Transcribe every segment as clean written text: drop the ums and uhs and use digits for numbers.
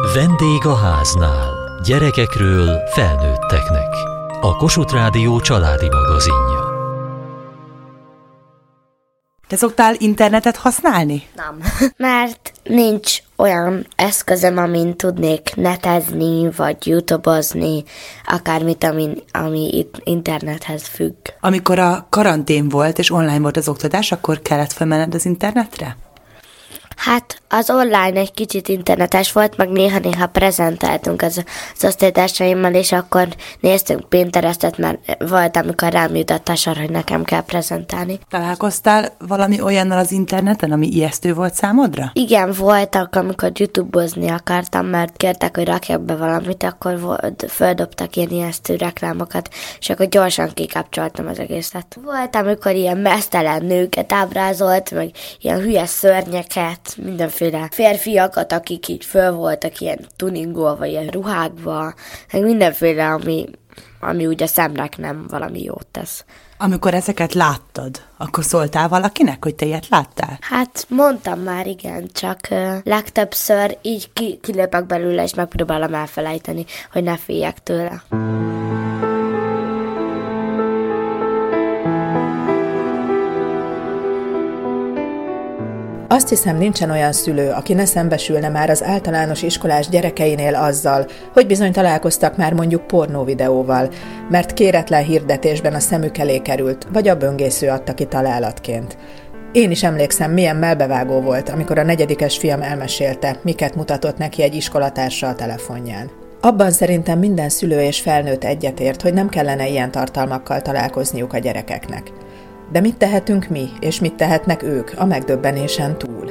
Vendég a háznál. Gyerekekről felnőtteknek. A Kossuth Rádió családi magazinja. Te szoktál internetet használni? Nem. Mert nincs olyan eszközöm, amin tudnék netezni, vagy YouTube-ozni, akármit, ami itt internethez függ. Amikor a karantén volt, és online volt az oktatás, akkor kellett felmenned az internetre? Hát az online egy kicsit internetes volt, meg néha prezentáltunk az osztálytársaimmal, és akkor néztünk Pinterestet, mert volt, amikor rám jutott a sor, hogy nekem kell prezentálni. Találkoztál valami olyannal az interneten, ami ijesztő volt számodra? Igen, voltak, amikor YouTube-ozni akartam, mert kértek, hogy rakjak be valamit, akkor földobtak ilyen ijesztő reklámokat, és akkor gyorsan kikapcsoltam az egészet. Volt, amikor ilyen meztelen nőket ábrázolt, meg ilyen hülye szörnyeket, mindenféle férfiakat, akik így föl voltak ilyen tuningolva, ilyen ruhákba, meg mindenféle, ami úgy a szemnek nem valami jót tesz. Amikor ezeket láttad, akkor szóltál valakinek, hogy te ilyet láttál? Hát mondtam már, igen, csak legtöbbször így kilépek belőle, és megpróbálom elfelejteni, hogy ne féljek tőle. Azt hiszem, nincsen olyan szülő, aki ne szembesülne már az általános iskolás gyerekeinél azzal, hogy bizony találkoztak már mondjuk pornóvideóval, mert kéretlen hirdetésben a szemük elé került, vagy a böngésző adta ki találatként. Én is emlékszem, milyen mellbevágó volt, amikor a 4. fiam elmesélte, miket mutatott neki egy iskolatársa a telefonján. Abban szerintem minden szülő és felnőtt egyetért, hogy nem kellene ilyen tartalmakkal találkozniuk a gyerekeknek. De mit tehetünk mi, és mit tehetnek ők a megdöbbenésen túl?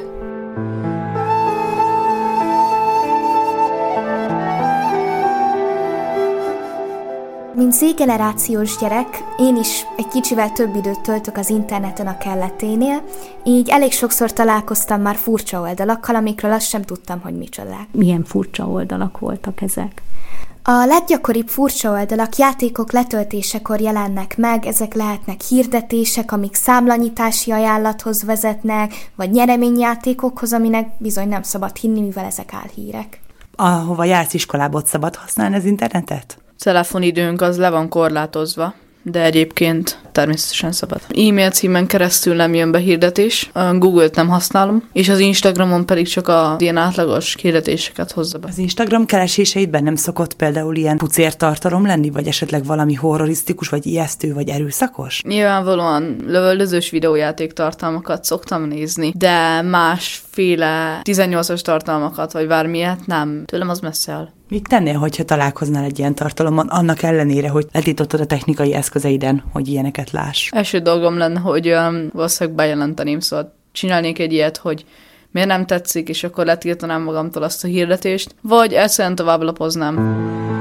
Mint Z-generációs gyerek, én is egy kicsivel több időt töltök az interneten a kelleténél, így elég sokszor találkoztam már furcsa oldalakkal, amikről azt sem tudtam, hogy micsodák. Milyen furcsa oldalak voltak ezek? A leggyakoribb furcsa oldalak játékok letöltésekor jelennek meg, ezek lehetnek hirdetések, amik számlanyitási ajánlathoz vezetnek, vagy nyereményjátékokhoz, aminek bizony nem szabad hinni, mivel ezek álhírek. Ahova jársz iskolába, ott szabad használni az internetet? Telefonidőnk az le van korlátozva, de egyébként természetesen szabad. E-mail címen keresztül nem jön be hirdetés, a Google-t nem használom, és az Instagramon pedig csak az ilyen átlagos hirdetéseket hozza be. Az Instagram kereséseidben nem szokott például ilyen pucértartalom lenni, vagy esetleg valami horrorisztikus, vagy ijesztő, vagy erőszakos? Nyilvánvalóan lövöldözős videójáték tartalmakat szoktam nézni, de másféle 18-as tartalmakat, vagy bármilyet nem. Tőlem az messze áll. Mit tennél, hogyha találkoznál egy ilyen tartalommal, annak ellenére, hogy letiltottad a technikai eszközeiden, hogy ilyeneket láss? Első dolgom lenne, hogy valószínűleg bejelenteném, szóval csinálnék egy ilyet, hogy miért nem tetszik, és akkor letiltanám magamtól azt a hirdetést, vagy egyszerűen tovább lapoznám.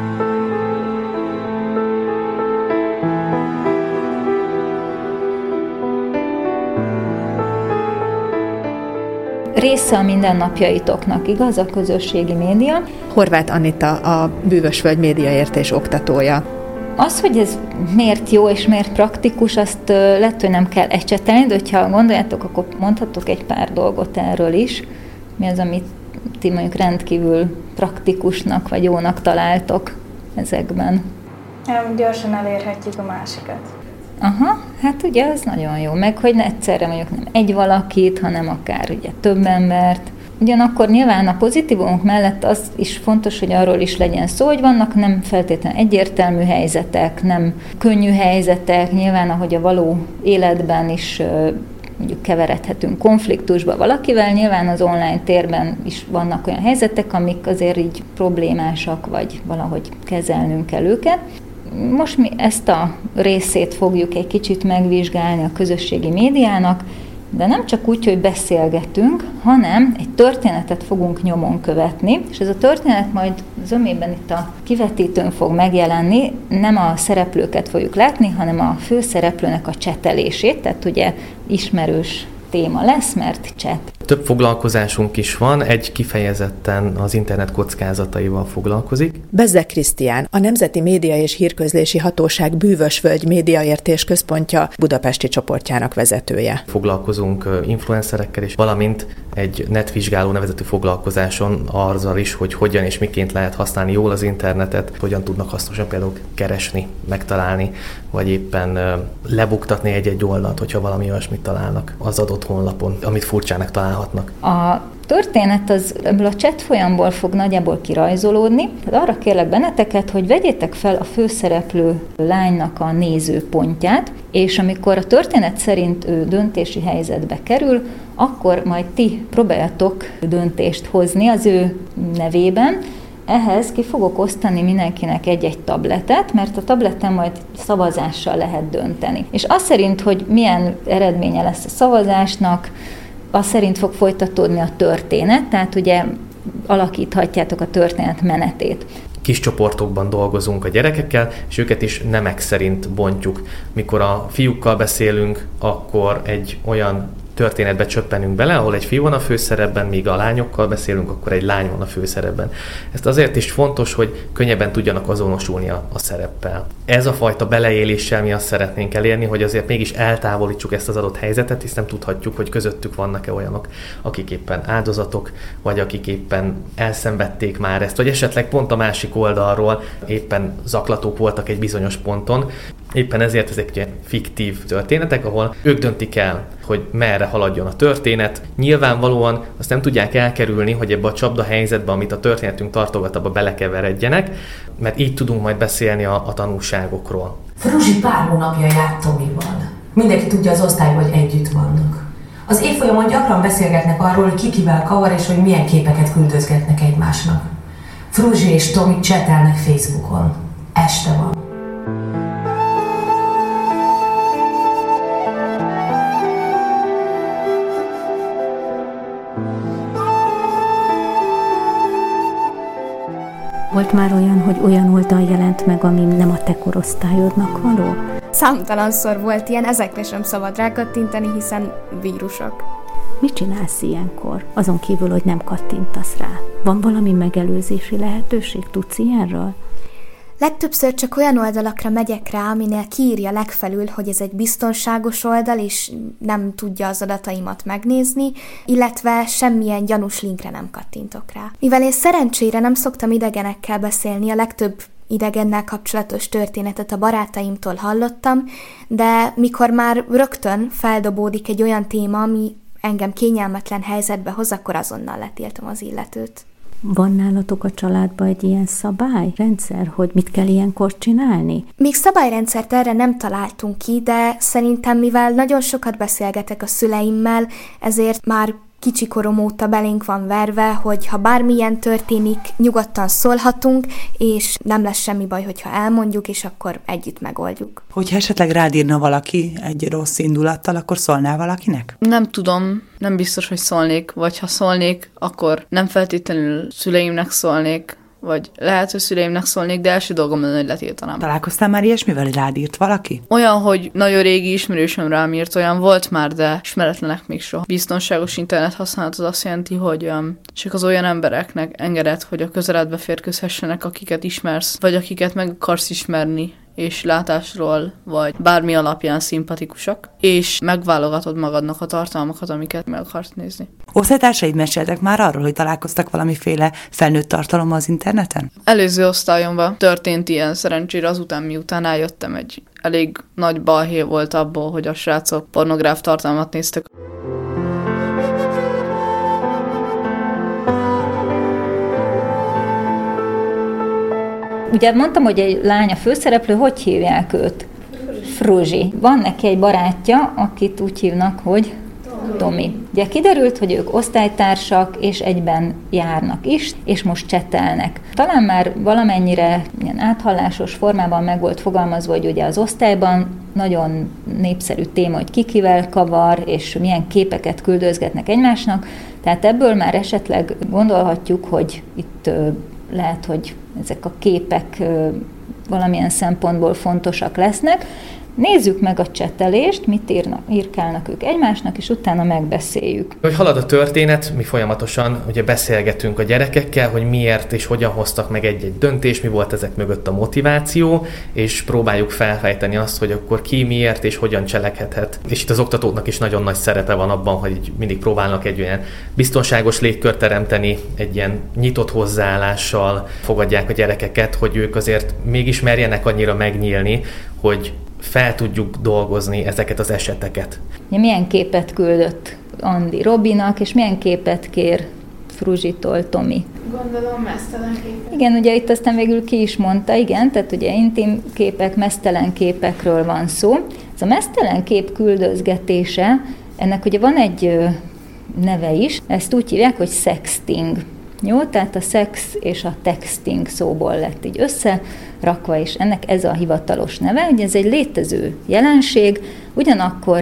Része a mindennapjaitoknak, igaz, a közösségi média? Horváth Anita, a Bűvösvölgy médiaértés oktatója. Az, hogy ez miért jó és miért praktikus, azt lehet, hogy nem kell ecsetelni, de ha gondoljátok, akkor mondhatok egy pár dolgot erről is. Mi az, amit ti mondjuk rendkívül praktikusnak vagy jónak találtok ezekben? Gyorsan elérhetjük a másikat. Aha, hát ugye ez nagyon jó, meg hogy egyszerre mondjuk nem egy valakit, hanem akár ugye több embert. Ugyanakkor nyilván a pozitívumok mellett az is fontos, hogy arról is legyen szó, hogy vannak nem feltétlenül egyértelmű helyzetek, nem könnyű helyzetek, nyilván ahogy a való életben is mondjuk keveredhetünk konfliktusba valakivel, nyilván az online térben is vannak olyan helyzetek, amik azért így problémásak, vagy valahogy kezelnünk kell őket. Most mi ezt a részét fogjuk egy kicsit megvizsgálni a közösségi médiának, de nem csak úgy, hogy beszélgetünk, hanem egy történetet fogunk nyomon követni, és ez a történet majd zömében itt a kivetítőn fog megjelenni, nem a szereplőket fogjuk látni, hanem a főszereplőnek a csetelését, tehát ugye ismerős téma lesz, mert chat. Több foglalkozásunk is van, egy kifejezetten az internet kockázataival foglalkozik. Bezzeg Krisztián, a Nemzeti Média és Hírközlési Hatóság Bűvösvölgy Médiaértés Központja budapesti csoportjának vezetője. Foglalkozunk influencerekkel is, valamint egy netvizsgáló nevezetű foglalkozáson azzal is, hogy hogyan és miként lehet használni jól az internetet, hogyan tudnak hasznosan például keresni, megtalálni, vagy éppen lebuktatni egy-egy oldalt, hogyha valami olyasmit találnak az adott honlapon, amit furcsának találhatnak. A történet az ebből a chat folyamból fog nagyjából kirajzolódni. Arra kérlek benneteket, hogy vegyétek fel a főszereplő lánynak a nézőpontját, és amikor a történet szerint ő döntési helyzetbe kerül, akkor majd ti próbáljatok döntést hozni az ő nevében. Ehhez ki fogok osztani mindenkinek egy-egy tabletet, mert a tableten majd szavazással lehet dönteni. És az szerint, hogy milyen eredménye lesz a szavazásnak, az szerint fog folytatódni a történet, tehát ugye alakíthatjátok a történet menetét. Kis csoportokban dolgozunk a gyerekekkel, és őket is nemek szerint bontjuk. Mikor a fiúkkal beszélünk, akkor egy olyan történetbe csöppenünk bele, ahol egy fiú van a főszerepben, míg a lányokkal beszélünk, akkor egy lány van a főszerepben. Ez azért is fontos, hogy könnyebben tudjanak azonosulni a szereppel. Ez a fajta beleéléssel mi azt szeretnénk elérni, hogy azért mégis eltávolítsuk ezt az adott helyzetet, hiszen tudhatjuk, hogy közöttük vannak-e olyanok, akik éppen áldozatok, vagy akik éppen elszenvedték már ezt, vagy esetleg pont a másik oldalról éppen zaklatók voltak egy bizonyos ponton. Éppen ezért ezek ugye fiktív történetek, ahol ők döntik el, hogy merre haladjon a történet. Nyilvánvalóan azt nem tudják elkerülni, hogy ebbe a csapda helyzetbe, amit a történetünk tartogat, abba belekeveredjenek, mert így tudunk majd beszélni a tanulságokról. Fruzsi pár hónapja járt Tomival. Mindenki tudja az osztályban, hogy együtt vannak. Az évfolyamon gyakran beszélgetnek arról, hogy ki kivel kavar, és hogy milyen képeket küldözgetnek egymásnak. Fruzsi és Tomi csetelnek Facebookon. Este van. Volt már olyan, hogy olyan oldal jelent meg, ami nem a te korosztályodnak való? Számtalanszor volt ilyen, ezekre sem szabad rákattintani, hiszen vírusok. Mit csinálsz ilyenkor? Azon kívül, hogy nem kattintasz rá. Van valami megelőzési lehetőség? Tudsz ilyenről? Legtöbbször csak olyan oldalakra megyek rá, aminél kiírja legfelül, hogy ez egy biztonságos oldal, és nem tudja az adataimat megnézni, illetve semmilyen gyanús linkre nem kattintok rá. Mivel én szerencsére nem szoktam idegenekkel beszélni, a legtöbb idegennel kapcsolatos történetet a barátaimtól hallottam, de mikor már rögtön feldobódik egy olyan téma, ami engem kényelmetlen helyzetbe hoz, akkor azonnal letiltom az illetőt. Van nálatok a családban egy ilyen szabályrendszer, hogy mit kell ilyenkor csinálni? Még szabályrendszert erre nem találtunk ki, de szerintem, mivel nagyon sokat beszélgetek a szüleimmel, ezért már kicsi korom óta belénk van verve, hogy ha bármilyen történik, nyugodtan szólhatunk, és nem lesz semmi baj, hogyha elmondjuk, és akkor együtt megoldjuk. Hogyha esetleg rád írna valaki egy rossz indulattal, akkor szólnál valakinek? Nem tudom, nem biztos, hogy szólnék, vagy ha szólnék, akkor nem feltétlenül szüleimnek szólnék, vagy lehet, hogy szüleimnek szólnék, de első dolgom lenne, hogy letiltanám. Találkoztál már ilyesmivel, hogy rád írt valaki? Olyan, hogy nagyon régi ismerősöm rám írt, olyan volt már, de ismeretlenek még soha. Biztonságos internet használat az azt jelenti, hogy csak az olyan embereknek engedett, hogy a közeledbe férkőzhessenek, akiket ismersz, vagy akiket meg akarsz ismerni, és látásról, vagy bármi alapján szimpatikusak, és megválogatod magadnak a tartalmakat, amiket meg akarsz nézni. Osztálytársaid meséltek már arról, hogy találkoztak valamiféle felnőtt tartalommal az interneten? Előző osztályomban történt ilyen, szerencsére azután, miután eljöttem, egy elég nagy balhé volt abból, hogy a srácok pornográf tartalmat néztek. Ugye mondtam, hogy egy lány a főszereplő, hogy hívják őt? Fruzsi. Van neki egy barátja, akit úgy hívnak, hogy Tomi. Ugye kiderült, hogy ők osztálytársak, és egyben járnak is, és most csetelnek. Talán már valamennyire ilyen áthallásos formában meg volt fogalmazva, hogy ugye az osztályban nagyon népszerű téma, hogy kikivel kavar, és milyen képeket küldözgetnek egymásnak. Tehát ebből már esetleg gondolhatjuk, hogy itt lehet, hogy ezek a képek valamilyen szempontból fontosak lesznek, Nézzük meg a csetelést, mit írkálnak ők egymásnak, és utána megbeszéljük. Hogy halad a történet, mi folyamatosan ugye beszélgetünk a gyerekekkel, hogy miért és hogyan hoztak meg egy-egy döntést, mi volt ezek mögött a motiváció, és próbáljuk felfejteni azt, hogy akkor ki, miért és hogyan cselekedhet. És itt az oktatóknak is nagyon nagy szerepe van abban, hogy mindig próbálnak egy olyan biztonságos légkört teremteni, egy ilyen nyitott hozzáállással fogadják a gyerekeket, hogy ők azért mégis merjenek annyira megnyílni, hogy fel tudjuk dolgozni ezeket az eseteket. Milyen képet küldött Andi Robinak, és milyen képet kér Fruzsitól Tomi? Gondolom meztelen képek. Igen, ugye itt aztán végül ki is mondta, igen, tehát ugye intim képek, meztelen képekről van szó. Ez a meztelen kép küldözgetése, ennek ugye van egy neve is, ezt úgy hívják, hogy sexting. Jó, tehát a szex és a texting szóból lett így összerakva, és ennek ez a hivatalos neve, ugye ez egy létező jelenség, ugyanakkor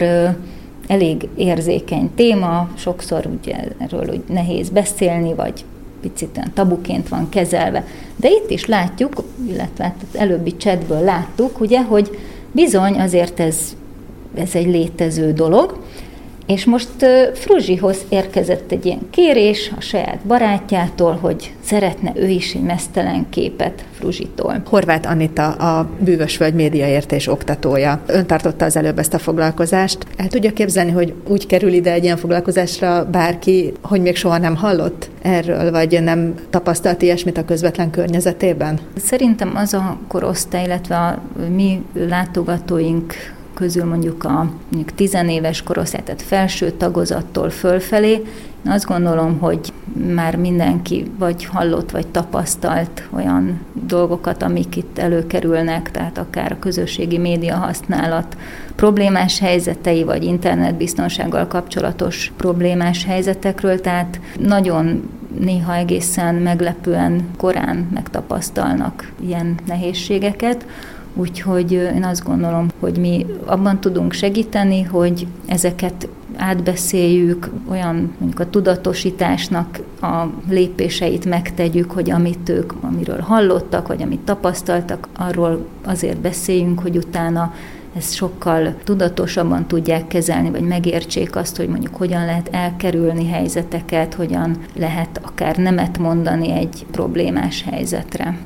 elég érzékeny téma, sokszor ugye erről úgy nehéz beszélni, vagy picit olyan tabuként van kezelve. De itt is látjuk, illetve az előbbi chatből láttuk, ugye, hogy bizony azért ez egy létező dolog, és most Fruzsihoz érkezett egy ilyen kérés a saját barátjától, hogy szeretne ő is egy meztelen képet Fruzsitól. Horváth Anita, a Bűvösvölgy médiaértés oktatója. Ön tartotta az előbb ezt a foglalkozást. El tudja képzelni, hogy úgy kerül ide egy ilyen foglalkozásra bárki, hogy még soha nem hallott erről, vagy nem tapasztalt ilyesmit a közvetlen környezetében? Szerintem az a korosztály, illetve a mi látogatóink közül mondjuk 10 éves korosztály, tehát felső tagozattól fölfelé. Én azt gondolom, hogy már mindenki vagy hallott, vagy tapasztalt olyan dolgokat, amik itt előkerülnek, tehát akár a közösségi média használat problémás helyzetei, vagy internetbiztonsággal kapcsolatos problémás helyzetekről, tehát nagyon néha egészen meglepően korán megtapasztalnak ilyen nehézségeket. Úgyhogy én azt gondolom, hogy mi abban tudunk segíteni, hogy ezeket átbeszéljük, olyan mondjuk a tudatosításnak a lépéseit megtegyük, hogy amiről hallottak, vagy amit tapasztaltak, arról azért beszéljünk, hogy utána ezt sokkal tudatosabban tudják kezelni, vagy megértsék azt, hogy mondjuk hogyan lehet elkerülni helyzeteket, hogyan lehet akár nemet mondani egy problémás helyzetre.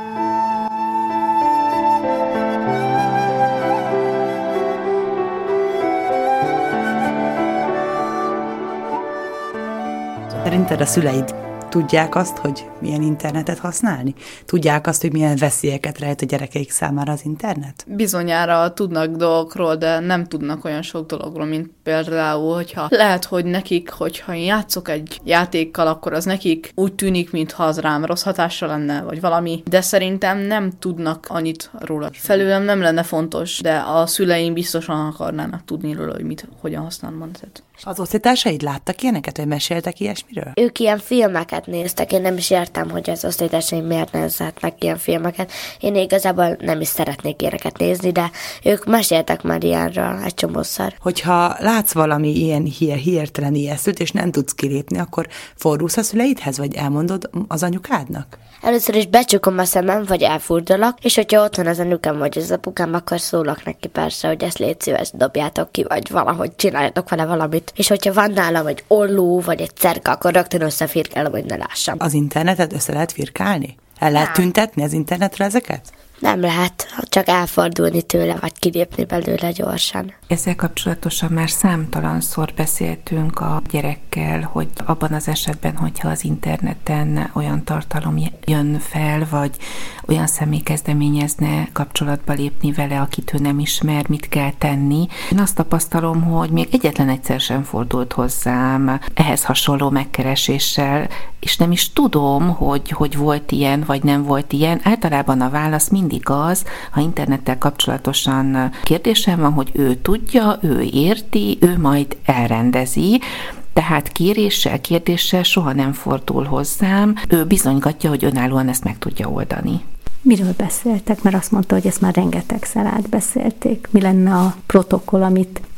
Szerinted a szüleid tudják azt, hogy milyen internetet használni? Tudják azt, hogy milyen veszélyeket rejt a gyerekeik számára az internet? Bizonyára tudnak dolgokról, de nem tudnak olyan sok dologról, mint például, hogyha lehet, hogy nekik, hogyha én játszok egy játékkal, akkor az nekik úgy tűnik, mintha az rám rossz hatással lenne, vagy valami, de szerintem nem tudnak annyit róla. Felőlem nem lenne fontos, de a szüleim biztosan akarnának tudni róla, hogy hogyan használom internetet. Az osztálytársaid láttak ilyeneket, vagy meséltek ilyesmiről? Ők ilyen filmeket néztek, én nem is értem, hogy az osztálytársaim miért nézhetnek ilyen filmeket. Én igazából nem is szeretnék ilyeneket nézni, de ők meséltek már ilyenről egy csomószor. Hogyha látsz valami ilyen hirtelen ijesztőt, és nem tudsz kilépni, akkor fordulsz a szüleidhez, vagy elmondod az anyukádnak? Először is becsukom a szemem, vagy elfordulok, és hogyha ott van az anyukám, vagy az apukám, akkor szólok neki persze, hogy ezt légy szíves, dobjátok ki, vagy valahogy csináljatok vele valamit. És hogyha van nálam egy olló, vagy egy cerka, akkor rögtön összefirkálom, hogy ne lássam. Az internetet össze lehet firkálni? El lehet tüntetni az internetre ezeket? Nem lehet, csak elfordulni tőle, vagy kilépni belőle gyorsan. Ezzel kapcsolatosan már számtalanszor beszéltünk a gyerekkel, hogy abban az esetben, hogyha az interneten olyan tartalom jön fel, vagy olyan személy kezdeményezne kapcsolatba lépni vele, akit ő nem ismer, mit kell tenni. Én azt tapasztalom, hogy még egyetlen egyszer sem fordult hozzám ehhez hasonló megkereséssel, és nem is tudom, hogy volt ilyen, vagy nem volt ilyen. Általában a válasz mindig az, ha internettel kapcsolatosan kérdésem van, hogy ő tudja, ő érti, ő majd elrendezi, tehát kérdéssel soha nem fordul hozzám, ő bizonygatja, hogy önállóan ezt meg tudja oldani. Miről beszéltek? Mert azt mondta, hogy ezt már rengetegszer átbeszélték. Mi lenne a protokoll, amit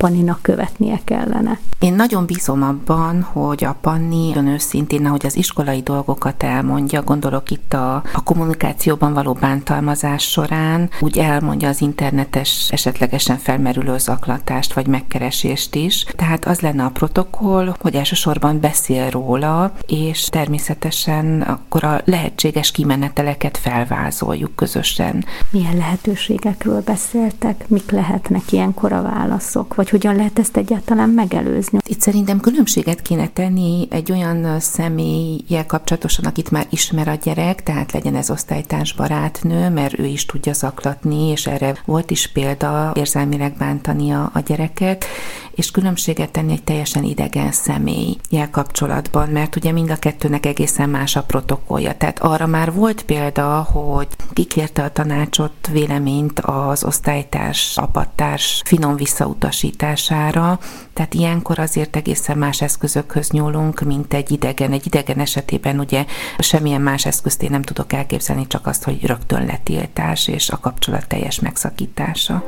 Panninak követnie kellene. Én nagyon bízom abban, hogy a Panni nagyon őszintén, ahogy az iskolai dolgokat elmondja, gondolok itt a kommunikációban való bántalmazás során, úgy elmondja az internetes esetlegesen felmerülő zaklatást vagy megkeresést is. Tehát az lenne a protokoll, hogy elsősorban beszél róla, és természetesen akkor a lehetséges kimeneteleket felvázoljuk közösen. Milyen lehetőségekről beszéltek? Mik lehetnek ilyenkor a válaszok? Vagy hogyan lehet ezt egyáltalán megelőzni? Itt szerintem különbséget kéne tenni egy olyan személlyel kapcsolatosan, akit már ismer a gyerek, tehát legyen ez osztálytárs, barátnő, mert ő is tudja zaklatni, és erre volt is példa érzelmileg bántani a gyereket, és különbséget tenni egy teljesen idegen személlyel kapcsolatban, mert ugye mind a kettőnek egészen más a protokollja. Tehát arra már volt példa, hogy kikérte a tanácsot, véleményt az osztálytárs, apadtárs finom visszautasítására, tehát ilyenkor azért egészen más eszközökhöz nyúlunk, mint egy idegen. Egy idegen esetében ugye semmilyen más eszközt én nem tudok elképzelni, csak azt, hogy rögtön letiltás és a kapcsolat teljes megszakítása.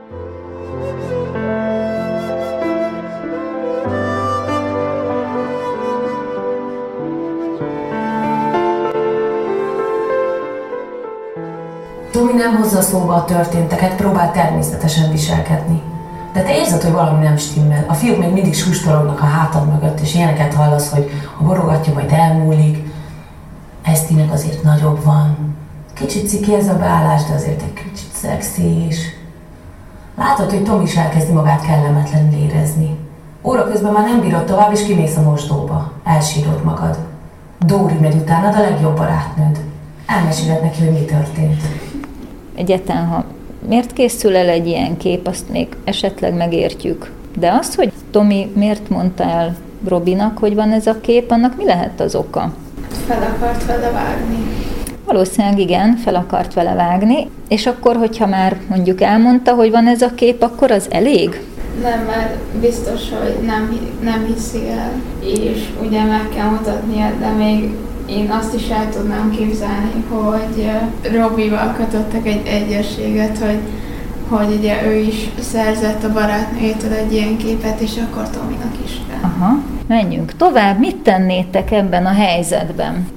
Tomi nem hozza szóba a történteket, próbál természetesen viselkedni. De te érzed, hogy valami nem stimmel. A fiúk még mindig sustorognak a hátad mögött, és ilyeneket hallasz, hogy a borogatja majd elmúlik. Esztinek azért nagyobb van. Kicsit ciki ez a beállás, de azért egy kicsit szexi is. Látod, hogy Tomi is elkezdi magát kellemetlenül érezni. Óra közben már nem bírod tovább, és kimész a mosdóba. Elsírod magad. Dóri megy utánad, a legjobb barátnőd. Elmeséled neki, hogy mi történt. Egyáltalán, ha miért készül el egy ilyen kép, azt még esetleg megértjük. De az, hogy Tomi miért mondta el Robinak, hogy van ez a kép, annak mi lehet az oka? Fel akart vele vágni. Valószínűleg igen, fel akart vele vágni, és akkor, hogyha már mondjuk elmondta, hogy van ez a kép, akkor az elég? Nem, mert biztos, hogy nem hiszi el, és ugye meg kell mutatnia, de még én azt is el tudnám képzelni, hogy Robival kötöttek egy egyességet, hogy ugye ő is szerzett a barátnőjétől egy ilyen képet, és akkor Tominak is kell. Aha, menjünk tovább. Mit tennétek ebben a helyzetben?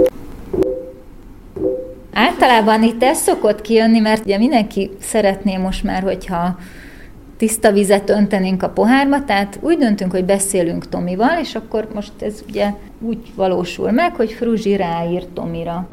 Általában itt ez szokott kijönni, mert ugye mindenki szeretné most már, hogyha tiszta vizet öntenénk a pohárba, tehát úgy döntünk, hogy beszélünk Tomival, és akkor most ez ugye úgy valósul meg, hogy Fruzsi ráír Tomira.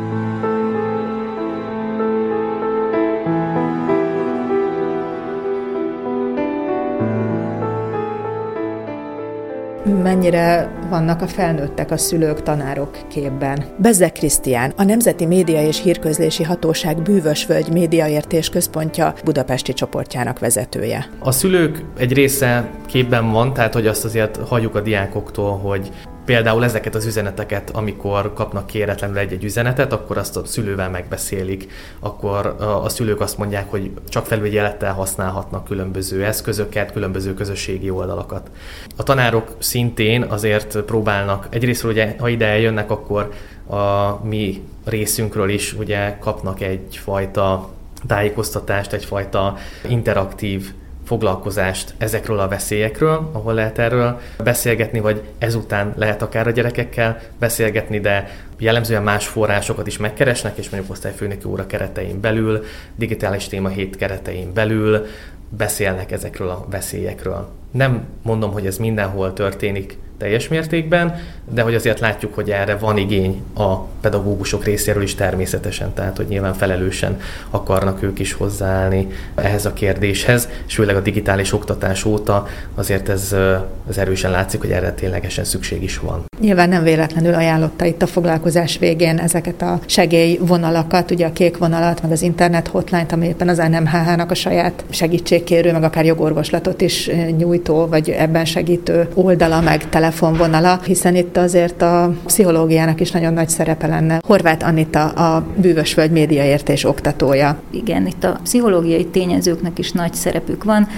Mennyire vannak a felnőttek, a szülők, tanárok képben? Bezzeg Krisztián, a Nemzeti Média és Hírközlési Hatóság Bűvösvölgy Médiaértés Központja budapesti csoportjának vezetője. A szülők egy része képben van, tehát hogy azt azért hagyjuk a diákoktól, hogy például ezeket az üzeneteket, amikor kapnak kéretlenül egy üzenetet, akkor azt a szülővel megbeszélik, akkor a szülők azt mondják, hogy csak felügyelettel használhatnak különböző eszközöket, különböző közösségi oldalakat. A tanárok szintén azért próbálnak, egyrésztről ugye, ha ide eljönnek, akkor a mi részünkről is ugye kapnak egyfajta tájékoztatást, egyfajta interaktív foglalkozást ezekről a veszélyekről, ahol lehet erről beszélgetni, vagy ezután lehet akár a gyerekekkel beszélgetni, de jellemzően más forrásokat is megkeresnek, és mondjuk osztályfőnöki óra keretein belül, digitális téma hét keretein belül beszélnek ezekről a veszélyekről. Nem mondom, hogy ez mindenhol történik teljes mértékben, de hogy azért látjuk, hogy erre van igény a pedagógusok részéről is természetesen, tehát hogy nyilván felelősen akarnak ők is hozzáállni ehhez a kérdéshez, és főleg a digitális oktatás óta azért ez erősen látszik, hogy erre ténylegesen szükség is van. Nyilván nem véletlenül ajánlotta itt a foglalkozás végén ezeket a segélyvonalakat, ugye a kék vonalat, meg az internet hotline-t, ami éppen az NMHH-nak a saját segítségkérő, meg akár jogorvoslatot is nyújtó, vagy ebben segítő oldala, meg telefonvonala, hiszen itt azért a pszichológiának is nagyon nagy szerepe lenne. Horváth Anita, a Bűvösvölgy médiaértés oktatója. Igen, itt a pszichológiai tényezőknek is nagy szerepük van.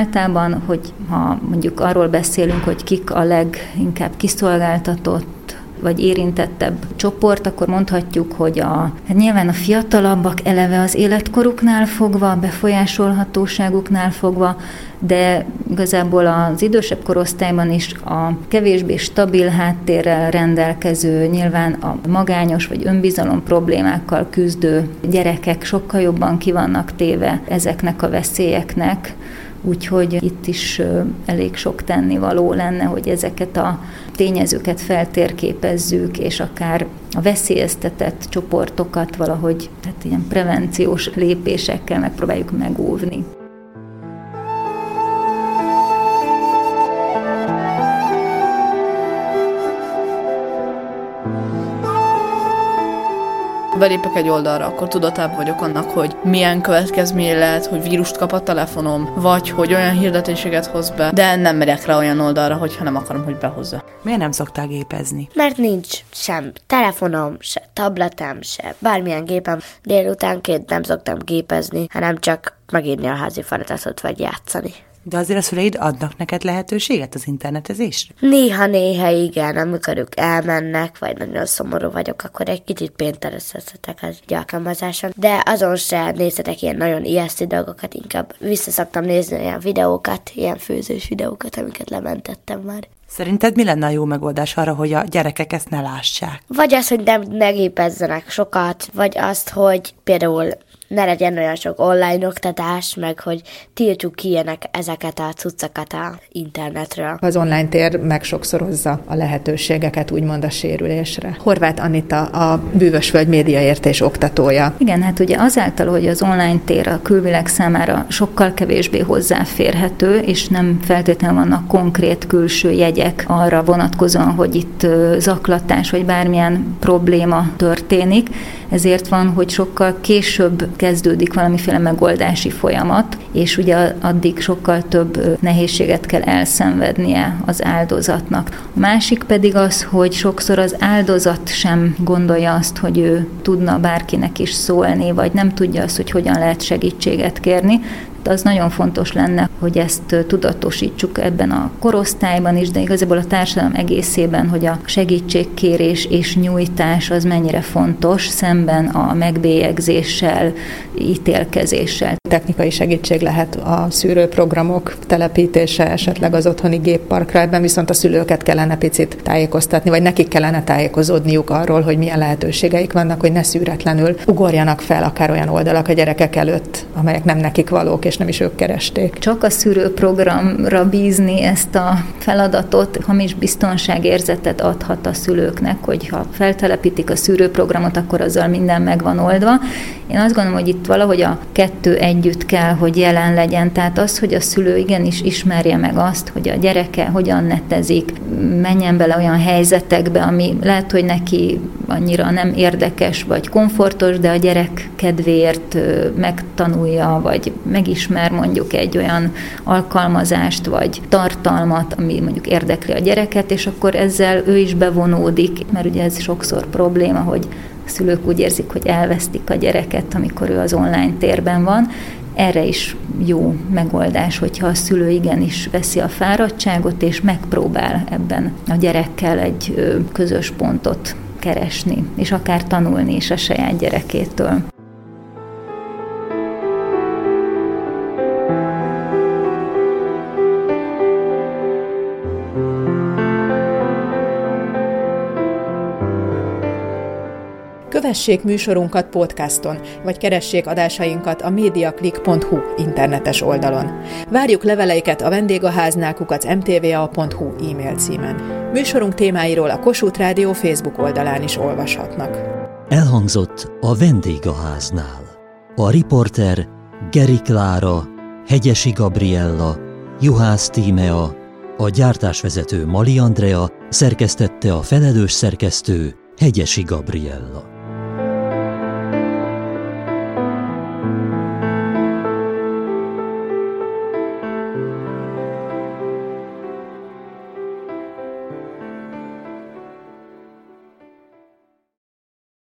Általában, hogy ha mondjuk arról beszélünk, hogy kik a leginkább kiszolgáltatott vagy érintettebb csoport, akkor mondhatjuk, hogy hát nyilván a fiatalabbak eleve az életkoruknál fogva, befolyásolhatóságuknál fogva, de igazából az idősebb korosztályban is a kevésbé stabil háttérrel rendelkező, nyilván a magányos vagy önbizalom problémákkal küzdő gyerekek sokkal jobban ki vannak téve ezeknek a veszélyeknek, úgyhogy itt is elég sok tennivaló lenne, hogy ezeket a tényezőket feltérképezzük, és akár a veszélyeztetett csoportokat valahogy tehát ilyen prevenciós lépésekkel megpróbáljuk megóvni. Belépek egy oldalra, akkor tudatában vagyok annak, hogy milyen következménye lehet, hogy vírust kap a telefonom, vagy hogy olyan hirdetéseket hoz be, de nem megyek rá olyan oldalra, hogyha nem akarom, hogy behozza. Miért nem szoktál gépezni? Mert nincs sem telefonom, se tabletem, se bármilyen gépem. Délutánként nem szoktam gépezni, hanem csak megírni a házi feladatot, vagy játszani. De azért a szüleid adnak neked lehetőséget az internetezésre? Néha igen, amikor ők elmennek, vagy nagyon szomorú vagyok, akkor egy kicsit pénteresztetek az alkalmazáson. De azon se nézhetek ilyen nagyon ijesztő dolgokat, inkább visszaszoktam nézni olyan videókat, ilyen főzős videókat, amiket lementettem már. Szerinted mi lenne a jó megoldás arra, hogy a gyerekek ezt ne lássák? Vagy az, hogy ne gépezzenek sokat, vagy azt, hogy például ne legyen olyan sok online oktatás, meg hogy tiltsuk ki ezeket a cuccokat a internetről. Az online tér megsokszorozza a lehetőségeket, úgymond a sérülésre. Horváth Anita, a Bűvösvölgy médiaértés oktatója. Igen, hát ugye azáltal, hogy az online tér a külvilág számára sokkal kevésbé hozzáférhető, és nem feltétlenül vannak konkrét külső jegyek arra vonatkozóan, hogy itt zaklatás vagy bármilyen probléma történik, ezért van, hogy sokkal később kezdődik valamiféle megoldási folyamat, és ugye addig sokkal több nehézséget kell elszenvednie az áldozatnak. A másik pedig az, hogy sokszor az áldozat sem gondolja azt, hogy ő tudna bárkinek is szólni, vagy nem tudja azt, hogy hogyan lehet segítséget kérni. Az nagyon fontos lenne, hogy ezt tudatosítsuk ebben a korosztályban is, de igazából a társadalom egészében, hogy a segítségkérés és nyújtás az mennyire fontos szemben a megbélyegzéssel, ítélkezéssel. Technikai segítség lehet a szűrőprogramok telepítése, esetleg az otthoni gépparkra, ebben viszont a szülőket kellene picit tájékoztatni, vagy nekik kellene tájékozódniuk arról, hogy milyen lehetőségeik vannak, hogy ne szűretlenül ugorjanak fel akár olyan oldalak a gyerekek előtt, amelyek nem nekik valók, és nem is ők keresték. Csak a szűrőprogramra bízni ezt a feladatot hamis biztonságérzetet adhat a szülőknek, hogy ha feltelepítik a szűrőprogramot, akkor azzal minden meg van oldva. Én azt gondolom, hogy itt valahogy a kettő együtt kell, hogy jelen legyen. Tehát az, hogy a szülő igenis ismerje meg azt, hogy a gyereke hogyan netezik, menjen bele olyan helyzetekbe, ami lehet, hogy neki annyira nem érdekes vagy komfortos, de a gyerek kedvéért megtanulja, vagy megismer mondjuk egy olyan alkalmazást, vagy tartalmat, ami mondjuk érdekli a gyereket, és akkor ezzel ő is bevonódik, mert ugye ez sokszor probléma, hogy a szülők úgy érzik, hogy elvesztik a gyereket, amikor ő az online térben van. Erre is jó megoldás, hogyha a szülő igenis veszi a fáradtságot, és megpróbál ebben a gyerekkel egy közös pontot keresni, és akár tanulni is a saját gyerekétől. Kövessék műsorunkat podcaston, vagy keressék adásainkat a mediaclick.hu internetes oldalon. Várjuk leveleiket a vendégháznál@mtva.hu e-mail címen. Műsorunk témáiról a Kossuth Rádió Facebook oldalán is olvashatnak. Elhangzott a Vendégháznál. A riporter Geri Klára, Hegyesi Gabriella, Juhász Tímea, a gyártásvezető Mali Andrea, szerkesztette a felelős szerkesztő Hegyesi Gabriella.